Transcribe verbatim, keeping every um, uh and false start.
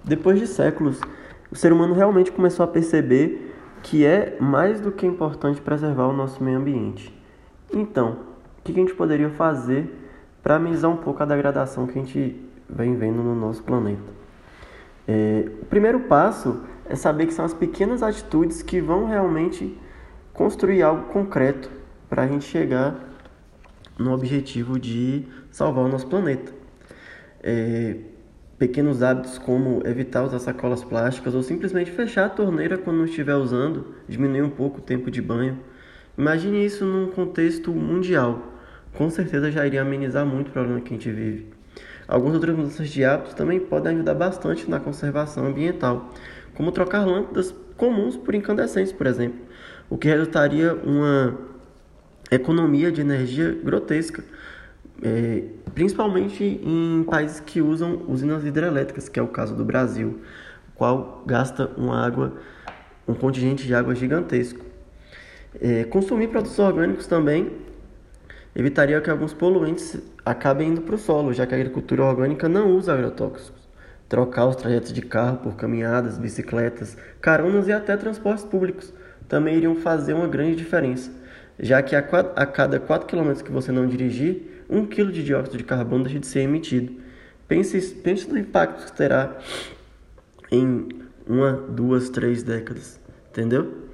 Depois de séculos, o ser humano realmente começou a perceber que é mais do que importante preservar o nosso meio ambiente. Então, o que a gente poderia fazer para amenizar um pouco a degradação que a gente vem vendo no nosso planeta? É, o primeiro passo é saber que são as pequenas atitudes que vão realmente construir algo concreto para a gente chegar no objetivo de salvar o nosso planeta. É, pequenos hábitos como evitar usar sacolas plásticas ou simplesmente fechar a torneira quando não estiver usando, diminuir um pouco o tempo de banho. Imagine isso num contexto mundial. Com certeza já iria amenizar muito o problema que a gente vive. Algumas outras mudanças de hábitos também podem ajudar bastante na conservação ambiental, como trocar lâmpadas comuns por incandescentes, por exemplo, o que resultaria uma economia de energia grotesca, é, principalmente em países que usam usinas hidrelétricas, que é o caso do Brasil, o qual gasta uma água, um contingente de água gigantesco. É, consumir produtos orgânicos também evitaria que alguns poluentes acabem indo para o solo, já que a agricultura orgânica não usa agrotóxicos. Trocar os trajetos de carro por caminhadas, bicicletas, caronas e até transportes públicos também iriam fazer uma grande diferença, já que a, a cada quatro quilômetros que você não dirigir, um quilo de dióxido de carbono deixa de ser emitido. Pense, pense no impacto que terá em uma, duas, três décadas, entendeu?